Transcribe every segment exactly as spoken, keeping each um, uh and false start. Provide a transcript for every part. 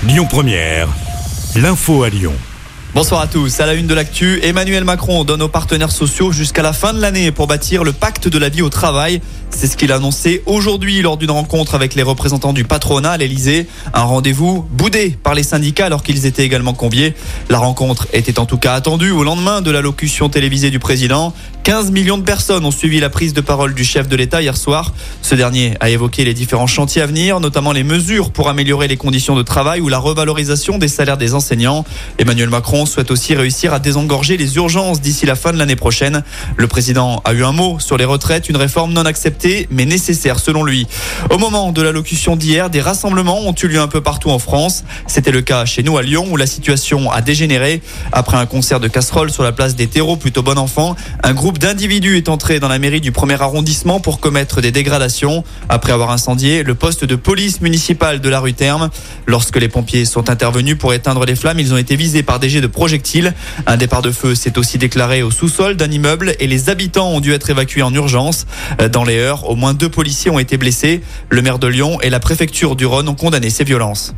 Lyon Première, l'info à Lyon. Bonsoir à tous. À la une de l'actu, Emmanuel Macron donne aux partenaires sociaux jusqu'à la fin de l'année pour bâtir le pacte de la vie au travail. C'est ce qu'il a annoncé aujourd'hui lors d'une rencontre avec les représentants du patronat à l'Elysée. Un rendez-vous boudé par les syndicats alors qu'ils étaient également conviés. La rencontre était en tout cas attendue au lendemain de l'allocution télévisée du président. quinze millions de personnes ont suivi la prise de parole du chef de l'État hier soir. Ce dernier a évoqué les différents chantiers à venir, notamment les mesures pour améliorer les conditions de travail ou la revalorisation des salaires des enseignants. Emmanuel Macron souhaite aussi réussir à désengorger les urgences d'ici la fin de l'année prochaine. Le président a eu un mot sur les retraites, une réforme non acceptée mais nécessaire selon lui. Au moment de l'allocution d'hier, des rassemblements ont eu lieu un peu partout en France. C'était le cas chez nous à Lyon où la situation a dégénéré. Après un concert de casseroles sur la place des terreaux plutôt bon enfant, un groupe d'individus est entré dans la mairie du premier arrondissement pour commettre des dégradations. Après avoir incendié le poste de police municipale de la rue Terme. Lorsque les pompiers sont intervenus pour éteindre les flammes, ils ont été visés par des jets de projectiles. Un départ de feu s'est aussi déclaré au sous-sol d'un immeuble et les habitants ont dû être évacués en urgence. Dans les heures, au moins deux policiers ont été blessés. Le maire de Lyon et la préfecture du Rhône ont condamné ces violences.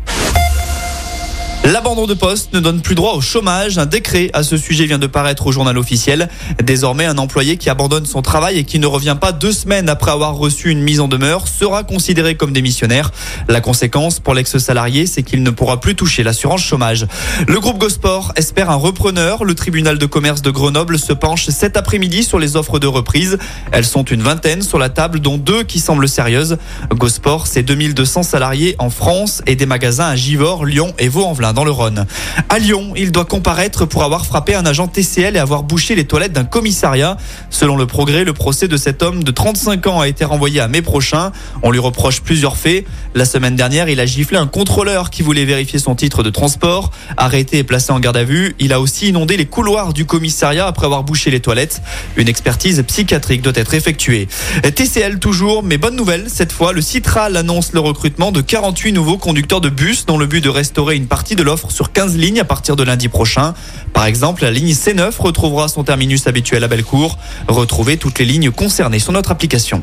L'abandon de poste ne donne plus droit au chômage. Un décret à ce sujet vient de paraître au journal officiel. Désormais, un employé qui abandonne son travail et qui ne revient pas deux semaines après avoir reçu une mise en demeure sera considéré comme démissionnaire. La conséquence pour l'ex-salarié, c'est qu'il ne pourra plus toucher l'assurance chômage. Le groupe Gosport espère un repreneur. Le tribunal de commerce de Grenoble se penche cet après-midi sur les offres de reprise. Elles sont une vingtaine sur la table, dont deux qui semblent sérieuses. Gosport, c'est deux mille deux cents salariés en France et des magasins à Givors, Lyon et Vaux-en-Velin dans le Rhône. À Lyon, il doit comparaître pour avoir frappé un agent T C L et avoir bouché les toilettes d'un commissariat. Selon Le Progrès, le procès de cet homme de trente-cinq ans a été renvoyé à mai prochain. On lui reproche plusieurs faits. La semaine dernière, il a giflé un contrôleur qui voulait vérifier son titre de transport. Arrêté et placé en garde à vue, il a aussi inondé les couloirs du commissariat après avoir bouché les toilettes. Une expertise psychiatrique doit être effectuée. T C L toujours, mais bonne nouvelle. Cette fois, le Citral annonce le recrutement de quarante-huit nouveaux conducteurs de bus dans le but de restaurer une partie de l'offre sur quinze lignes à partir de lundi prochain. Par exemple, la ligne C neuf retrouvera son terminus habituel à Bellecour. Retrouvez toutes les lignes concernées sur notre application.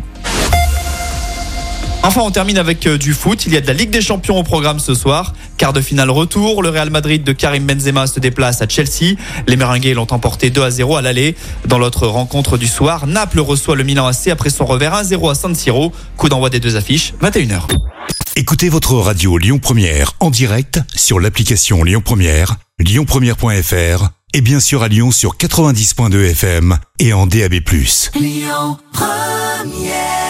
Enfin, on termine avec du foot. Il y a de la Ligue des Champions au programme ce soir. Quart de finale retour. Le Real Madrid de Karim Benzema se déplace à Chelsea. Les Merengues l'ont emporté deux à zéro à l'aller. Dans l'autre rencontre du soir, Naples reçoit le Milan A C après son revers un à zéro à San Siro. Coup d'envoi des deux affiches, vingt et une heures. Écoutez votre radio Lyon Première en direct sur l'application Lyon Première, lyon première point f r et bien sûr à Lyon sur quatre-vingt-dix point deux F M et en D A B plus. Lyon Première.